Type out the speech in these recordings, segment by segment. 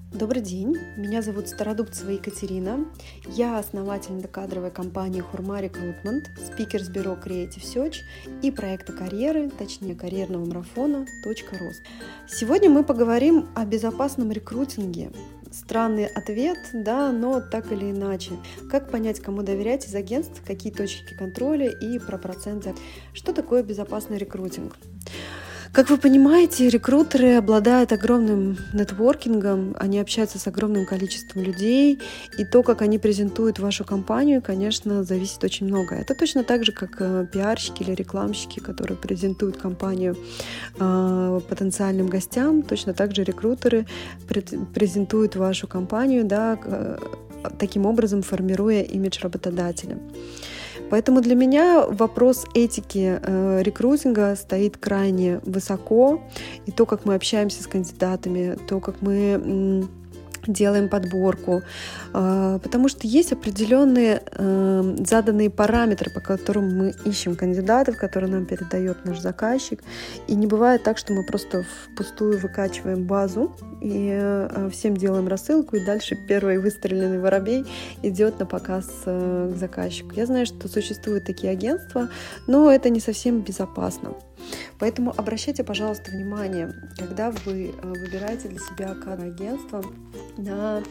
Добрый день, меня зовут Стародубцева Екатерина, я основатель кадровой компании Hurma Recruitment, спикер с бюро Creative Search и проекта карьеры, точнее карьерного марафона .рост. Сегодня мы поговорим о безопасном рекрутинге. Странный ответ, да, но так или иначе. Как понять, кому доверять из агентств, какие точки контроля и про проценты. Что такое безопасный рекрутинг? Как вы понимаете, рекрутеры обладают огромным нетворкингом, они общаются с огромным количеством людей, и то, как они презентуют вашу компанию, конечно, зависит очень много. Это точно так же, как пиарщики или рекламщики, которые презентуют компанию потенциальным гостям, точно так же рекрутеры презентуют вашу компанию, да, таким образом формируя имидж работодателя. Поэтому для меня вопрос этики рекрутинга стоит крайне высоко. И то, как мы общаемся с кандидатами, то, как мы делаем подборку, потому что есть определенные заданные параметры, по которым мы ищем кандидатов, которые нам передает наш заказчик. И не бывает так, что мы просто впустую выкачиваем базу и всем делаем рассылку, и дальше первый выстреленный воробей идет на показ к заказчику. Я знаю, что существуют такие агентства, но это не совсем безопасно. Поэтому обращайте, пожалуйста, внимание, когда вы выбираете для себя агентство, на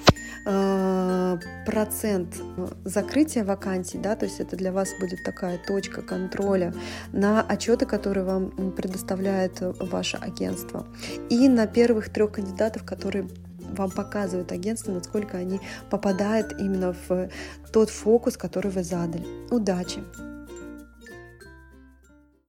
процент закрытия вакансий, да, то есть это для вас будет такая точка контроля на отчеты, которые вам предоставляет ваше агентство, и на первых 3 кандидатов, которые вам показывают агентство, насколько они попадают именно в тот фокус, который вы задали. Удачи!